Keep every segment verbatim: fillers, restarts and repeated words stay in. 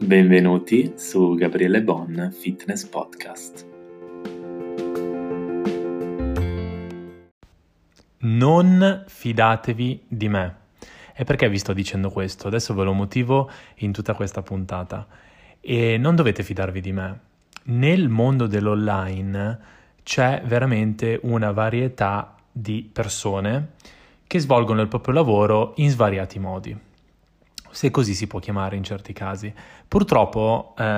Benvenuti su Gabriele Bon Fitness Podcast. Non fidatevi di me. E perché vi sto dicendo questo? Adesso ve lo motivo in tutta questa puntata. E non dovete fidarvi di me. Nel mondo dell'online c'è veramente una varietà di persone che svolgono il proprio lavoro in svariati modi, se così si può chiamare in certi casi. Purtroppo eh,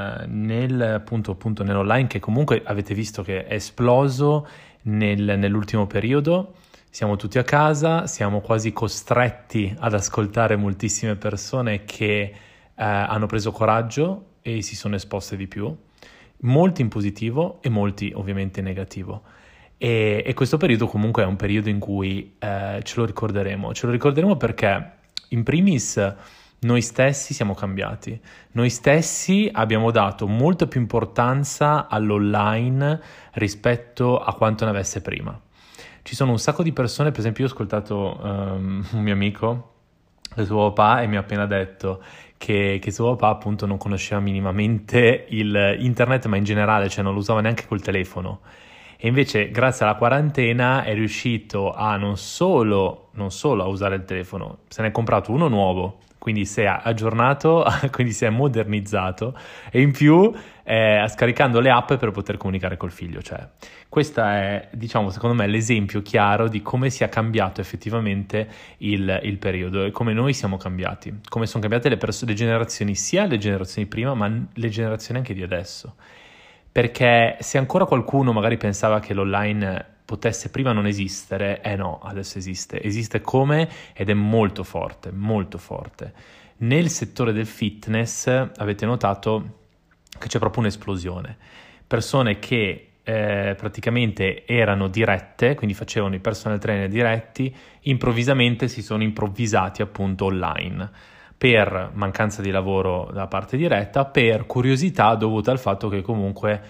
nel appunto, appunto nell'online, che comunque avete visto che è esploso nel, nell'ultimo periodo, siamo tutti a casa, siamo quasi costretti ad ascoltare moltissime persone che eh, hanno preso coraggio e si sono esposte di più, molti in positivo e molti ovviamente in negativo. E, e questo periodo comunque è un periodo in cui eh, ce lo ricorderemo, ce lo ricorderemo perché in primis noi stessi siamo cambiati, noi stessi abbiamo dato molta più importanza all'online rispetto a quanto ne avesse prima. Ci sono un sacco di persone, per esempio io ho ascoltato um, un mio amico, il suo papà, e mi ha appena detto che, che suo papà appunto non conosceva minimamente il internet, ma in generale, cioè non lo usava neanche col telefono. E invece grazie alla quarantena è riuscito a non solo, non solo a usare il telefono, se ne è comprato uno nuovo, quindi si è aggiornato, quindi si è modernizzato, e in più eh, scaricando le app per poter comunicare col figlio. Cioè, questo è, diciamo, secondo me l'esempio chiaro di come sia cambiato effettivamente il, il periodo e come noi siamo cambiati, come sono cambiate le, pers- le generazioni, sia le generazioni prima, ma le generazioni anche di adesso. Perché se ancora qualcuno magari pensava che l'online potesse prima non esistere, eh no, adesso esiste. Esiste come ed è molto forte, molto forte. Nel settore del fitness avete notato che c'è proprio un'esplosione. Persone che eh, praticamente erano dirette, quindi facevano i personal trainer diretti, improvvisamente si sono improvvisati appunto online. Per mancanza di lavoro da parte diretta, per curiosità dovuta al fatto che comunque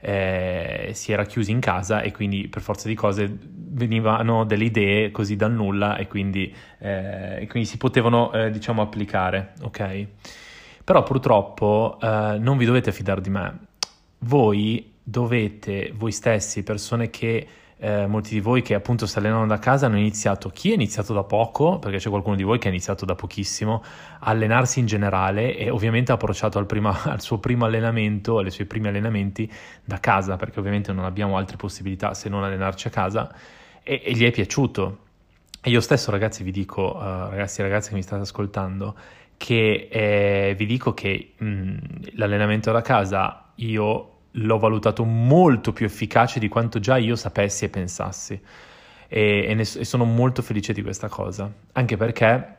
eh, si era chiusi in casa e quindi per forza di cose venivano delle idee così dal nulla e quindi, eh, e quindi si potevano eh, diciamo applicare, ok? Però purtroppo eh, non vi dovete fidare di me. Voi dovete, voi stessi, persone che Eh, molti di voi che appunto si allenano da casa hanno iniziato, chi è iniziato da poco, perché c'è qualcuno di voi che ha iniziato da pochissimo, a allenarsi in generale e ovviamente ha approcciato al, prima, al suo primo allenamento, ai suoi primi allenamenti da casa, perché ovviamente non abbiamo altre possibilità se non allenarci a casa, e, e gli è piaciuto. E io stesso, ragazzi, vi dico, uh, ragazzi e ragazze che mi state ascoltando, che eh, vi dico che mh, l'allenamento da casa io l'ho valutato molto più efficace di quanto già io sapessi e pensassi, e, e, ne, e sono molto felice di questa cosa, anche perché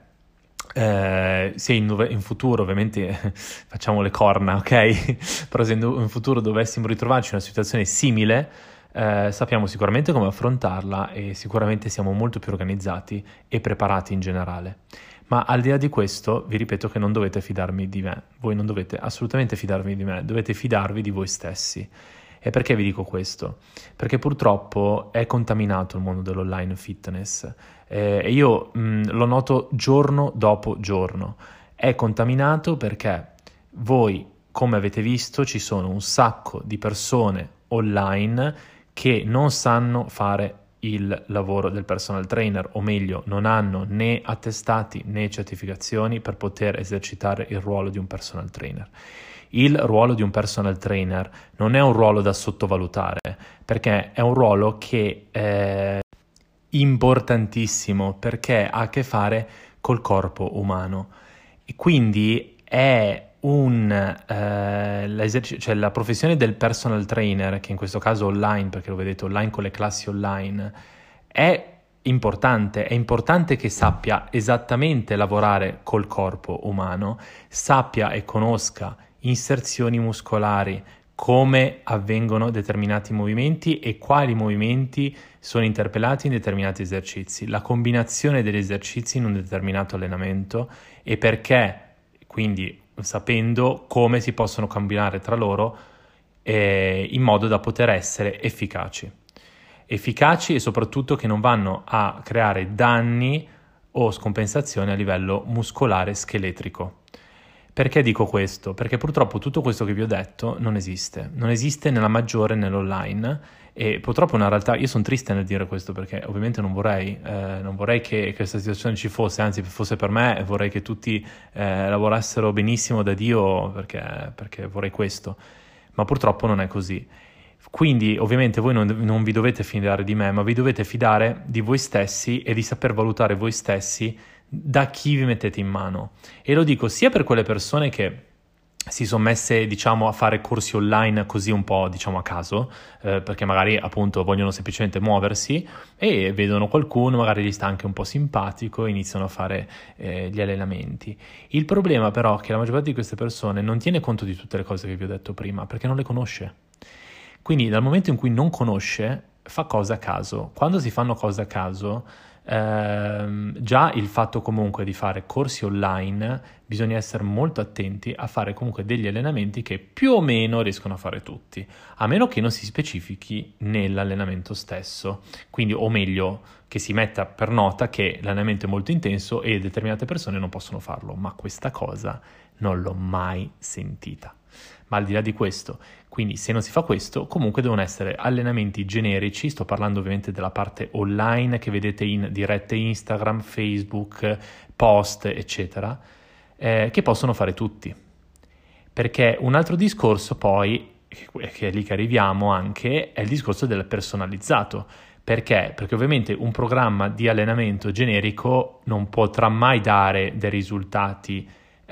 eh, se in, in futuro ovviamente facciamo le corna, ok? Però se in, in futuro dovessimo ritrovarci in una situazione simile, eh, sappiamo sicuramente come affrontarla e sicuramente siamo molto più organizzati e preparati in generale. Ma al di là di questo, vi ripeto che non dovete fidarmi di me, voi non dovete assolutamente fidarvi di me, dovete fidarvi di voi stessi. E perché vi dico questo? Perché purtroppo è contaminato il mondo dell'online fitness eh, e io mh, lo noto giorno dopo giorno. È contaminato perché voi, come avete visto, ci sono un sacco di persone online che non sanno fare il lavoro del personal trainer, o meglio non hanno né attestati né certificazioni per poter esercitare il ruolo di un personal trainer. Il ruolo di un personal trainer non è un ruolo da sottovalutare, perché è un ruolo che è importantissimo, perché ha a che fare col corpo umano e quindi è un eh, cioè la professione del personal trainer, che in questo caso online, perché lo vedete online con le classi online, è importante, è importante che sappia esattamente lavorare col corpo umano, sappia e conosca inserzioni muscolari, come avvengono determinati movimenti e quali movimenti sono interpellati in determinati esercizi, la combinazione degli esercizi in un determinato allenamento e perché, quindi sapendo come si possono combinare tra loro eh, in modo da poter essere efficaci. Efficaci e soprattutto che non vanno a creare danni o scompensazioni a livello muscolare scheletrico. Perché dico questo? Perché purtroppo tutto questo che vi ho detto non esiste, non esiste nella maggiore nell'online e purtroppo è una realtà. Io sono triste nel dire questo perché ovviamente non vorrei, eh, non vorrei che questa situazione ci fosse, anzi fosse per me vorrei che tutti eh, lavorassero benissimo da Dio perché, perché vorrei questo, ma purtroppo non è così. Quindi ovviamente voi non, non vi dovete fidare di me, ma vi dovete fidare di voi stessi e di saper valutare voi stessi da chi vi mettete in mano. E lo dico sia per quelle persone che si sono messe, diciamo, a fare corsi online così un po', diciamo, a caso, eh, perché magari appunto vogliono semplicemente muoversi e vedono qualcuno, magari gli sta anche un po' simpatico e iniziano a fare eh, gli allenamenti. Il problema però è che la maggior parte di queste persone non tiene conto di tutte le cose che vi ho detto prima, perché non le conosce. Quindi dal momento in cui non conosce, fa cose a caso. Quando si fanno cose a caso, ehm, già il fatto comunque di fare corsi online, bisogna essere molto attenti a fare comunque degli allenamenti che più o meno riescono a fare tutti, a meno che non si specifichi nell'allenamento stesso. Quindi, o meglio, che si metta per nota che l'allenamento è molto intenso e determinate persone non possono farlo, ma questa cosa non l'ho mai sentita. Ma al di là di questo, quindi se non si fa questo, comunque devono essere allenamenti generici, sto parlando ovviamente della parte online che vedete in dirette Instagram, Facebook, post, eccetera, eh, che possono fare tutti. Perché un altro discorso poi, che è lì che arriviamo anche, è il discorso del personalizzato. Perché? Perché ovviamente un programma di allenamento generico non potrà mai dare dei risultati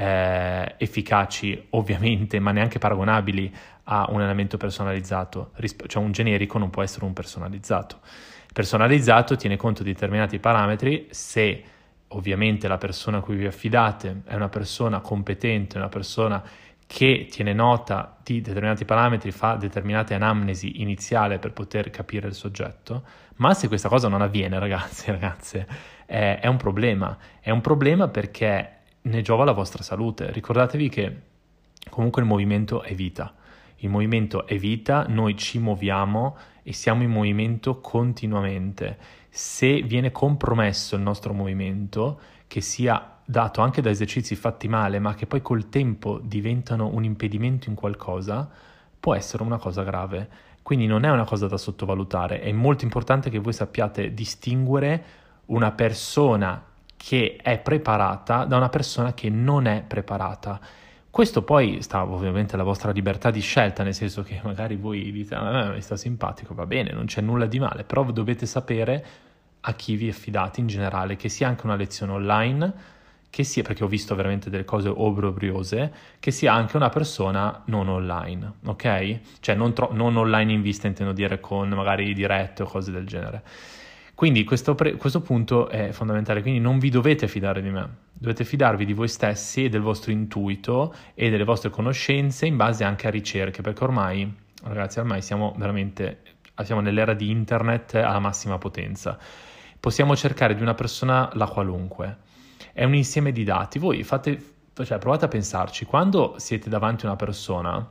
Eh, efficaci ovviamente, ma neanche paragonabili a un allenamento personalizzato. Cioè un generico non può essere un personalizzato. Il personalizzato tiene conto di determinati parametri. Se ovviamente la persona a cui vi affidate è una persona competente, una persona che tiene nota di determinati parametri, fa determinate anamnesi iniziale per poter capire il soggetto. Ma se questa cosa non avviene, ragazzi, ragazze, è, è un problema. È un problema perché ne giova la vostra salute. Ricordatevi che comunque il movimento è vita. Il movimento è vita, noi ci muoviamo e siamo in movimento continuamente. Se viene compromesso il nostro movimento, che sia dato anche da esercizi fatti male, ma che poi col tempo diventano un impedimento in qualcosa, può essere una cosa grave. Quindi non è una cosa da sottovalutare. È molto importante che voi sappiate distinguere una persona che è preparata da una persona che non è preparata. Questo poi sta ovviamente alla vostra libertà di scelta, nel senso che magari voi dite ah, mi sta simpatico, va bene, non c'è nulla di male, però dovete sapere a chi vi affidate in generale, che sia anche una lezione online, che sia, perché ho visto veramente delle cose obbrobriose, che sia anche una persona non online, ok? Cioè non, tro- non online in vista, intendo dire con magari dirette o cose del genere. Quindi questo, pre- questo punto è fondamentale, quindi non vi dovete fidare di me, dovete fidarvi di voi stessi e del vostro intuito e delle vostre conoscenze in base anche a ricerche, perché ormai, ragazzi, ormai siamo veramente, siamo nell'era di internet alla massima potenza. Possiamo cercare di una persona la qualunque, è un insieme di dati, voi fate, cioè provate a pensarci, quando siete davanti a una persona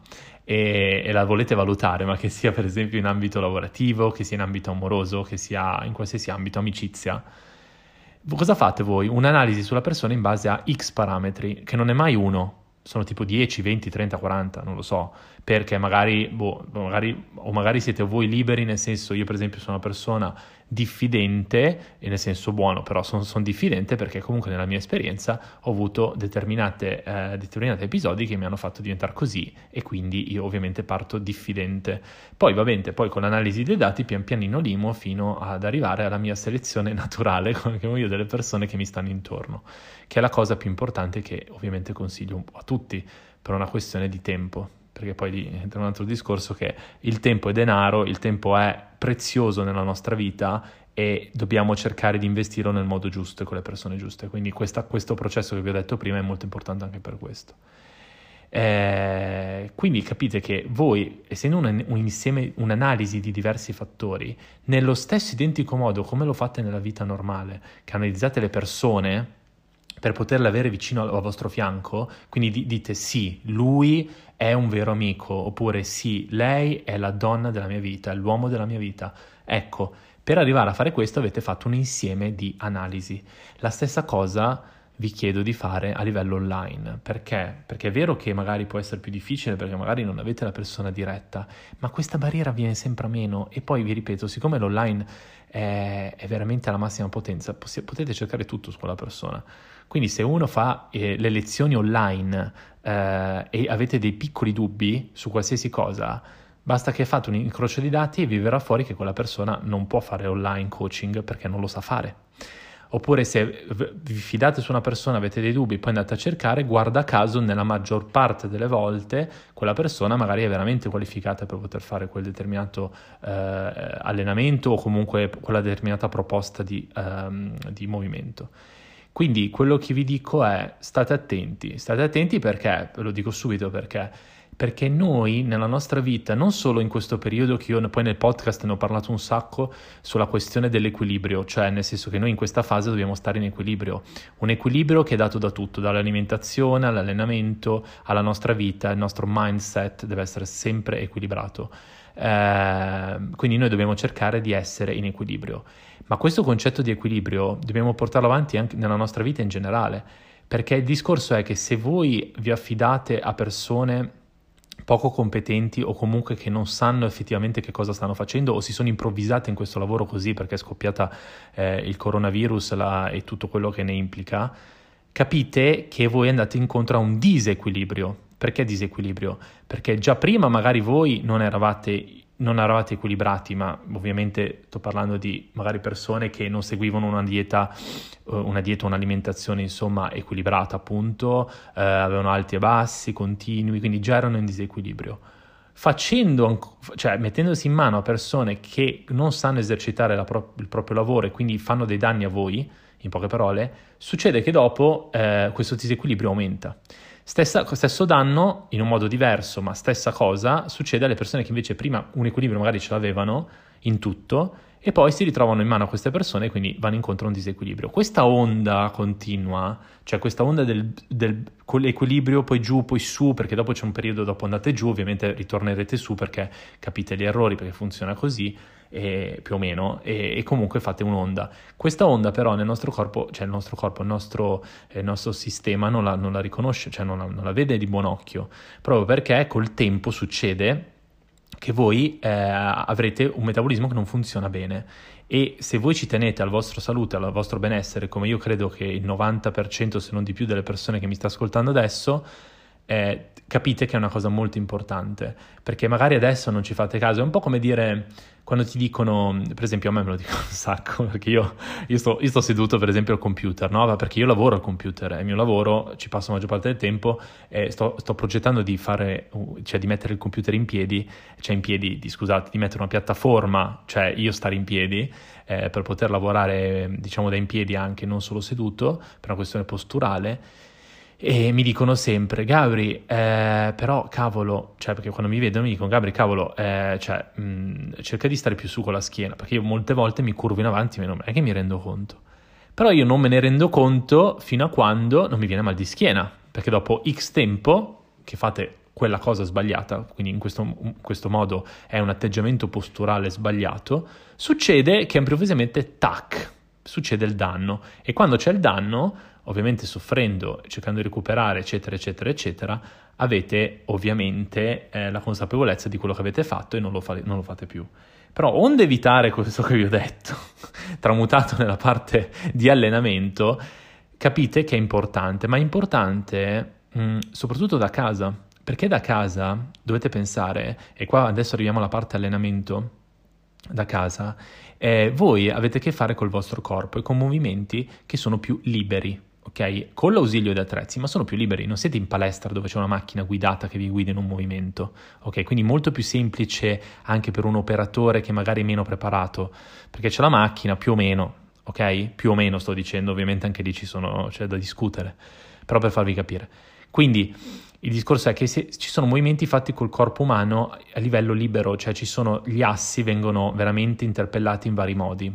e, e la volete valutare, ma che sia per esempio in ambito lavorativo, che sia in ambito amoroso, che sia in qualsiasi ambito, amicizia, cosa fate voi? Un'analisi sulla persona in base a X parametri, che non è mai uno, sono tipo dieci, venti, trenta, quaranta, non lo so, perché magari, boh, magari, o magari siete voi liberi, nel senso, io per esempio sono una persona diffidente, e nel senso buono, però sono, sono diffidente perché comunque nella mia esperienza ho avuto determinate, eh, determinati episodi che mi hanno fatto diventare così e quindi io ovviamente parto diffidente. Poi va bene, poi con l'analisi dei dati pian pianino limo fino ad arrivare alla mia selezione naturale, come chiamo io, delle persone che mi stanno intorno, che è la cosa più importante che ovviamente consiglio un po' a tutti per una questione di tempo. Perché poi lì entra un altro discorso che il tempo è denaro, il tempo è prezioso nella nostra vita e dobbiamo cercare di investirlo nel modo giusto e con le persone giuste. Quindi questa, questo processo che vi ho detto prima è molto importante anche per questo. Eh, quindi capite che voi, essendo un, un insieme, un'analisi di diversi fattori, nello stesso identico modo come lo fate nella vita normale, che analizzate le persone per poterle avere vicino al, al vostro fianco, quindi di, dite sì, lui è un vero amico, oppure sì, lei è la donna della mia vita, è l'uomo della mia vita. Ecco, per arrivare a fare questo avete fatto un insieme di analisi. La stessa cosa vi chiedo di fare a livello online. Perché? Perché è vero che magari può essere più difficile, perché magari non avete la persona diretta, ma questa barriera viene sempre a meno. E poi vi ripeto, siccome l'online è, è veramente alla massima potenza, possi- potete cercare tutto su quella persona. Quindi se uno fa eh, le lezioni online eh, e avete dei piccoli dubbi su qualsiasi cosa, basta che fate un incrocio di dati e vi verrà fuori che quella persona non può fare online coaching perché non lo sa fare. Oppure se vi fidate su una persona, avete dei dubbi, poi andate a cercare, guarda caso nella maggior parte delle volte quella persona magari è veramente qualificata per poter fare quel determinato eh, allenamento o comunque quella determinata proposta di, um, di movimento. Quindi quello che vi dico è state attenti, state attenti perché, ve lo dico subito perché, perché noi nella nostra vita, non solo in questo periodo che io poi nel podcast ne ho parlato un sacco sulla questione dell'equilibrio, cioè nel senso che noi in questa fase dobbiamo stare in equilibrio, un equilibrio che è dato da tutto, dall'alimentazione all'allenamento, alla nostra vita, il nostro mindset deve essere sempre equilibrato. Eh, quindi noi dobbiamo cercare di essere in equilibrio. Ma questo concetto di equilibrio dobbiamo portarlo avanti anche nella nostra vita in generale, perché il discorso è che se voi vi affidate a persone poco competenti o comunque che non sanno effettivamente che cosa stanno facendo o si sono improvvisate in questo lavoro così perché è scoppiata eh, il coronavirus la, e tutto quello che ne implica, capite che voi andate incontro a un disequilibrio. Perché disequilibrio? Perché già prima magari voi non eravate non eravate equilibrati, ma ovviamente sto parlando di magari persone che non seguivano una dieta, una dieta, un'alimentazione insomma equilibrata appunto, eh, avevano alti e bassi continui, quindi già erano in disequilibrio. Facendo, cioè mettendosi in mano a persone che non sanno esercitare la pro- il proprio lavoro e quindi fanno dei danni a voi, in poche parole, succede che dopo eh, questo disequilibrio aumenta. Stessa, stesso danno, in un modo diverso, ma stessa cosa, succede alle persone che invece prima un equilibrio magari ce l'avevano in tutto e poi si ritrovano in mano a queste persone e quindi vanno incontro a un disequilibrio. Questa onda continua, cioè questa onda del, del con l'equilibrio poi giù, poi su, perché dopo c'è un periodo dopo andate giù, ovviamente ritornerete su perché capite gli errori, perché funziona così, e, più o meno, e, e comunque fate un'onda. Questa onda però nel nostro corpo, cioè il nostro corpo, il nostro, eh, il nostro sistema non la, non la riconosce, cioè non la, non la vede di buon occhio, proprio perché col tempo succede che voi eh, avrete un metabolismo che non funziona bene e se voi ci tenete alla vostra salute, al vostro benessere, come io credo che il novanta per cento se non di più delle persone che mi sta ascoltando adesso, eh, capite che è una cosa molto importante, perché magari adesso non ci fate caso, è un po' come dire quando ti dicono, per esempio a me me lo dicono un sacco, perché io, io, sto, io sto seduto per esempio al computer, no? Perché io lavoro al computer, è il mio lavoro, ci passo la maggior parte del tempo e sto, sto progettando di fare, cioè di mettere il computer in piedi, cioè in piedi, di, scusate, di mettere una piattaforma, cioè io stare in piedi eh, per poter lavorare diciamo da in piedi anche, non solo seduto, per una questione posturale. E mi dicono sempre, Gabri, eh, però cavolo, cioè perché quando mi vedono mi dicono, Gabri, cavolo, eh, cioè, mh, cerca di stare più su con la schiena, perché io molte volte mi curvo in avanti e non è che mi rendo conto. Però io non me ne rendo conto fino a quando non mi viene mal di schiena, perché dopo X tempo che fate quella cosa sbagliata, quindi in questo, in questo modo è un atteggiamento posturale sbagliato, succede che improvvisamente, tac, succede il danno. E quando c'è il danno, ovviamente soffrendo, cercando di recuperare, eccetera, eccetera, eccetera, avete ovviamente eh, la consapevolezza di quello che avete fatto e non lo, fa- non lo fate più. Però, onde evitare questo che vi ho detto, tramutato nella parte di allenamento, capite che è importante, ma è importante mh, soprattutto da casa, perché da casa dovete pensare, e qua adesso arriviamo alla parte allenamento, da casa, eh, voi avete a che fare col vostro corpo e con movimenti che sono più liberi, ok? Con l'ausilio di attrezzi, ma sono più liberi, non siete in palestra dove c'è una macchina guidata che vi guida in un movimento, ok? Quindi molto più semplice anche per un operatore che magari è meno preparato, perché c'è la macchina più o meno, ok? Più o meno sto dicendo, ovviamente anche lì ci sono, c'è da discutere, però per farvi capire. Quindi il discorso è che se ci sono movimenti fatti col corpo umano a livello libero, cioè ci sono gli assi vengono veramente interpellati in vari modi.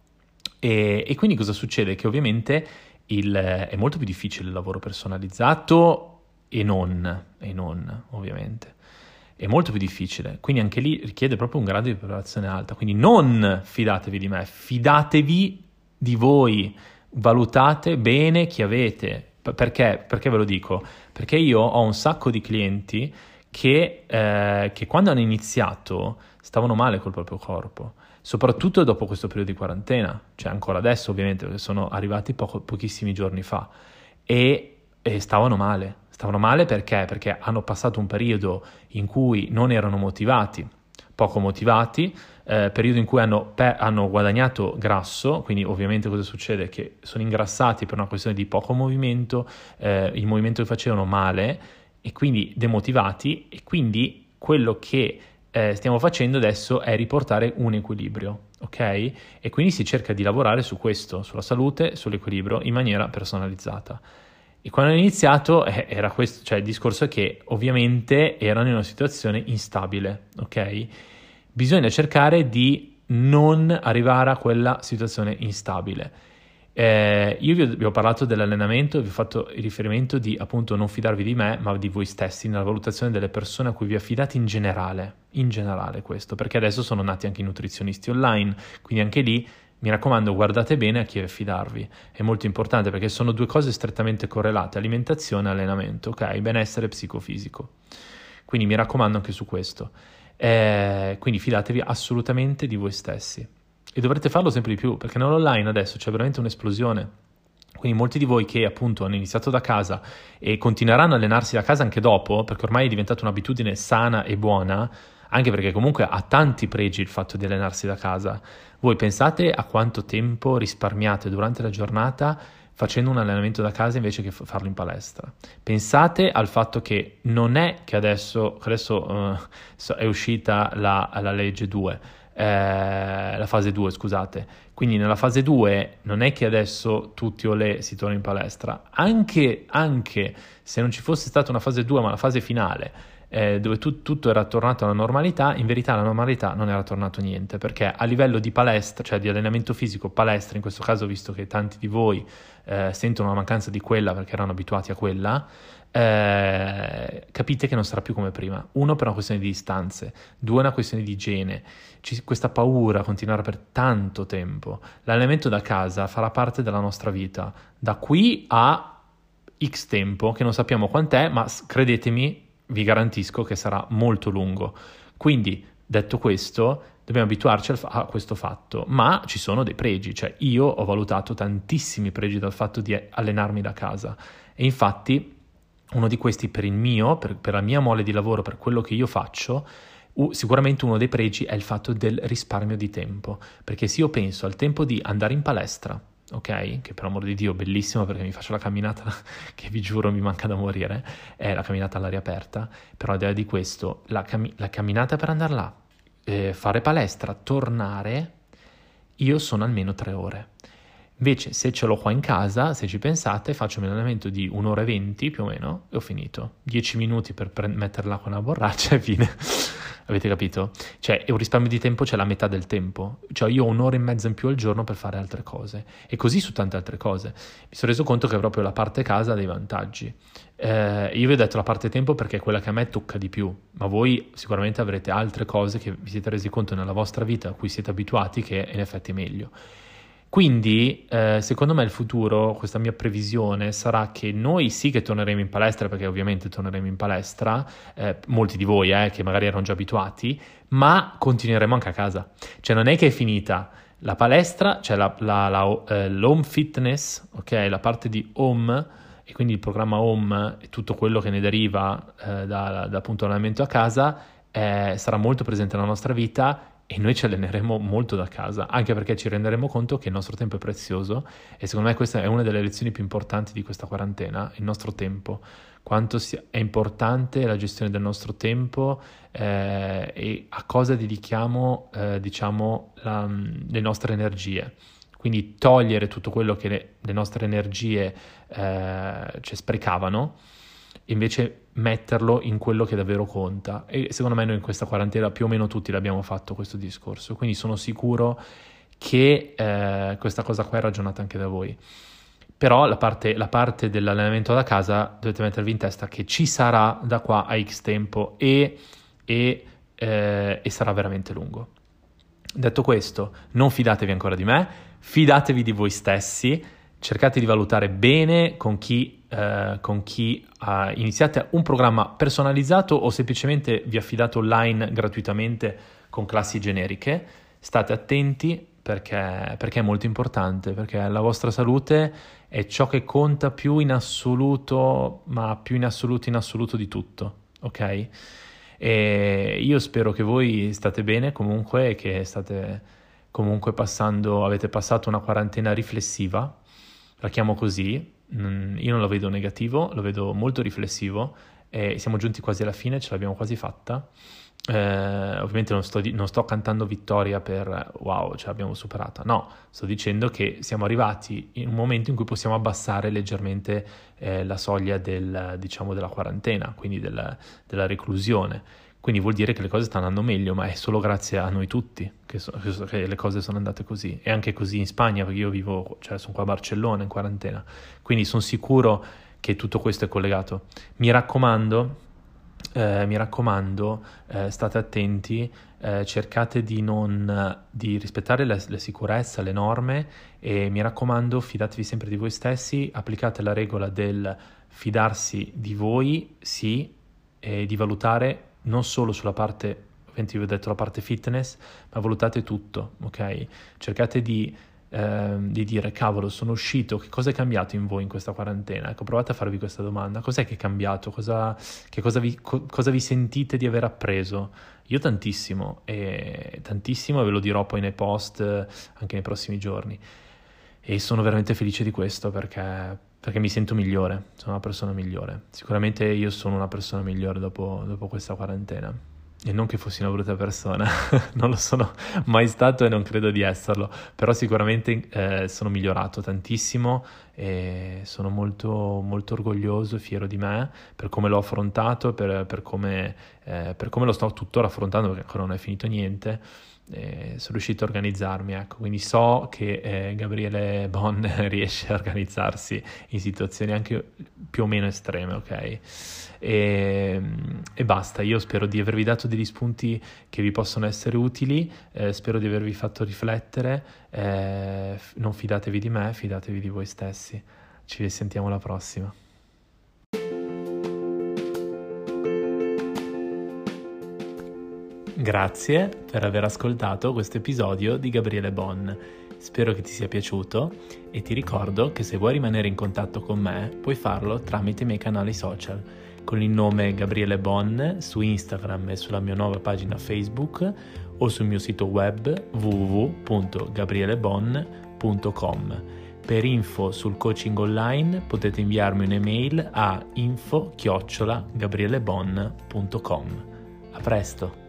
E, e quindi cosa succede? Che ovviamente il, è molto più difficile il lavoro personalizzato e non, e non ovviamente. È molto più difficile, quindi anche lì richiede proprio un grado di preparazione alta. Quindi non fidatevi di me, fidatevi di voi. valutate bene chi avete. Perché? Perché ve lo dico? Perché io ho un sacco di clienti che, eh, che quando hanno iniziato stavano male col proprio corpo, soprattutto dopo questo periodo di quarantena, cioè ancora adesso ovviamente, perché sono arrivati poco, pochissimi giorni fa, e, e stavano male. Stavano male perché? Perché hanno passato un periodo in cui non erano motivati, poco motivati, eh, periodo in cui hanno, pe- hanno guadagnato grasso, quindi ovviamente cosa succede? Che sono ingrassati per una questione di poco movimento, eh, il movimento che facevano male e quindi demotivati, e quindi quello che eh, stiamo facendo adesso è riportare un equilibrio, ok? E quindi si cerca di lavorare su questo, sulla salute, sull'equilibrio in maniera personalizzata. E quando ho iniziato eh, era questo, cioè il discorso è che ovviamente erano in una situazione instabile, ok? Bisogna cercare di non arrivare a quella situazione instabile. Eh, io vi ho, vi ho parlato dell'allenamento, vi ho fatto il riferimento di appunto non fidarvi di me, ma di voi stessi nella valutazione delle persone a cui vi affidate in generale, in generale questo, perché adesso sono nati anche i nutrizionisti online, quindi anche lì mi raccomando, guardate bene a chi affidarvi, è molto importante perché sono due cose strettamente correlate, alimentazione e allenamento, ok? Benessere psicofisico. Quindi mi raccomando anche su questo. Eh, quindi fidatevi assolutamente di voi stessi. E dovrete farlo sempre di più, perché nell'online adesso c'è veramente un'esplosione. Quindi molti di voi che appunto hanno iniziato da casa e continueranno a allenarsi da casa anche dopo, perché ormai è diventata un'abitudine sana e buona, anche perché comunque ha tanti pregi il fatto di allenarsi da casa. Voi pensate a quanto tempo risparmiate durante la giornata facendo un allenamento da casa invece che farlo in palestra. Pensate al fatto che non è che adesso, adesso uh, è uscita la, la legge due, eh, la fase due, scusate. Quindi nella fase due non è che adesso tutti o le si torna in palestra. Anche, anche se non ci fosse stata una fase due, ma la fase finale, Eh, dove tu, tutto era tornato alla normalità, in verità la normalità non era tornato niente, perché a livello di palestra, cioè di allenamento fisico, palestra in questo caso, visto che tanti di voi eh, sentono una mancanza di quella perché erano abituati a quella, eh, capite che non sarà più come prima. Uno, per una questione di distanze, due, una questione di igiene. Ci, questa paura a continuare per tanto tempo. L'allenamento da casa farà parte della nostra vita da qui a X tempo, che non sappiamo quant'è, ma credetemi, vi garantisco che sarà molto lungo. Quindi, detto questo, dobbiamo abituarci a questo fatto, ma ci sono dei pregi, cioè io ho valutato tantissimi pregi dal fatto di allenarmi da casa e infatti uno di questi per il mio, per, per la mia mole di lavoro, per quello che io faccio, uh, sicuramente uno dei pregi è il fatto del risparmio di tempo, perché se io penso al tempo di andare in palestra, ok? Che per amor di Dio bellissimo perché mi faccio la camminata che vi giuro mi manca da morire, è la camminata all'aria aperta, però al di là di questo, la, cam- la camminata per andare là, eh, fare palestra, tornare, io sono almeno tre ore. Invece se ce l'ho qua in casa, se ci pensate, faccio un allenamento di un'ora e venti più o meno e ho finito. dieci minuti per pre- metterla con la borraccia e fine. Avete capito? Cioè, è un risparmio di tempo, c'è la metà del tempo. Cioè, io ho un'ora e mezza in più al giorno per fare altre cose. E così su tante altre cose. Mi sono reso conto che proprio la parte casa ha dei vantaggi. Eh, io vi ho detto la parte tempo perché è quella che a me tocca di più, ma voi sicuramente avrete altre cose che vi siete resi conto nella vostra vita a cui siete abituati che in effetti è meglio. Quindi, eh, secondo me il futuro, questa mia previsione, sarà che noi sì che torneremo in palestra, perché ovviamente torneremo in palestra, eh, molti di voi eh, che magari erano già abituati, ma continueremo anche a casa. Cioè non è che è finita la palestra, c'è la, la, la, eh, l'home fitness, ok, la parte di home, e quindi il programma home e tutto quello che ne deriva eh, da, da appunto allenamento a casa, eh, sarà molto presente nella nostra vita. E noi ci alleneremo molto da casa, anche perché ci renderemo conto che il nostro tempo è prezioso e secondo me questa è una delle lezioni più importanti di questa quarantena, il nostro tempo, quanto sia, è importante la gestione del nostro tempo eh, e a cosa dedichiamo eh, diciamo la, le nostre energie. Quindi togliere tutto quello che le, le nostre energie eh, ci sprecavano, invece metterlo in quello che davvero conta. E secondo me noi in questa quarantena più o meno tutti l'abbiamo fatto questo discorso, quindi sono sicuro che eh, questa cosa qua è ragionata anche da voi. Però la parte, la parte dell'allenamento da casa dovete mettervi in testa che ci sarà da qua a X tempo e, e, eh, e sarà veramente lungo. Detto questo, non fidatevi ancora di me, fidatevi di voi stessi, cercate di valutare bene con chi, eh, con chi uh, iniziate un programma personalizzato o semplicemente vi affidate online gratuitamente con classi generiche. State attenti perché, perché è molto importante, perché la vostra salute è ciò che conta più in assoluto, ma più in assoluto in assoluto di tutto, ok? E io spero che voi state bene comunque e che state comunque passando, avete passato una quarantena riflessiva, la chiamo così, io non lo vedo negativo, lo vedo molto riflessivo e siamo giunti quasi alla fine, ce l'abbiamo quasi fatta. Eh, ovviamente non sto, di- non sto cantando vittoria per wow, ce l'abbiamo superata, no, sto dicendo che siamo arrivati in un momento in cui possiamo abbassare leggermente eh, la soglia del, diciamo, della quarantena, quindi del, della reclusione. Quindi vuol dire che le cose stanno andando meglio, ma è solo grazie a noi tutti che, so, che, so, che le cose sono andate così. E anche così in Spagna, perché io vivo, cioè sono qua a Barcellona in quarantena, quindi sono sicuro che tutto questo è collegato. Mi raccomando, eh, mi raccomando, eh, state attenti, eh, cercate di non di rispettare le, le sicurezze, le norme e mi raccomando, fidatevi sempre di voi stessi, applicate la regola del fidarsi di voi, sì, e di valutare non solo sulla parte, ovviamente vi ho detto la parte fitness, ma valutate tutto, ok? Cercate di, ehm, di dire, cavolo, sono uscito, che cosa è cambiato in voi in questa quarantena? Ecco, provate a farvi questa domanda, cos'è che è cambiato? Cosa, che cosa vi, co- cosa vi sentite di aver appreso? Io tantissimo, e tantissimo, e ve lo dirò poi nei post, eh, anche nei prossimi giorni. E sono veramente felice di questo perché... perché mi sento migliore, sono una persona migliore. Sicuramente io sono una persona migliore dopo, dopo questa quarantena. E non che fossi una brutta persona, non lo sono mai stato e non credo di esserlo, però sicuramente eh, sono migliorato tantissimo e sono molto, molto orgoglioso e fiero di me per come l'ho affrontato, per, per, come, eh, per come lo sto tuttora affrontando, perché ancora non è finito niente. Eh, sono riuscito a organizzarmi, ecco, quindi so che eh, Gabriele Bon riesce a organizzarsi in situazioni anche più o meno estreme, ok? E, e basta, io spero di avervi dato degli spunti che vi possono essere utili, eh, spero di avervi fatto riflettere, eh, non fidatevi di me, fidatevi di voi stessi. Ci sentiamo alla prossima. Grazie per aver ascoltato questo episodio di Gabriele Bon. Spero che ti sia piaciuto e ti ricordo che se vuoi rimanere in contatto con me puoi farlo tramite i miei canali social con il nome Gabriele Bon su Instagram e sulla mia nuova pagina Facebook o sul mio sito web w w w punto gabrielebon punto com. Per info sul coaching online potete inviarmi un'email a info chiocciola gabrielebon punto com. A presto!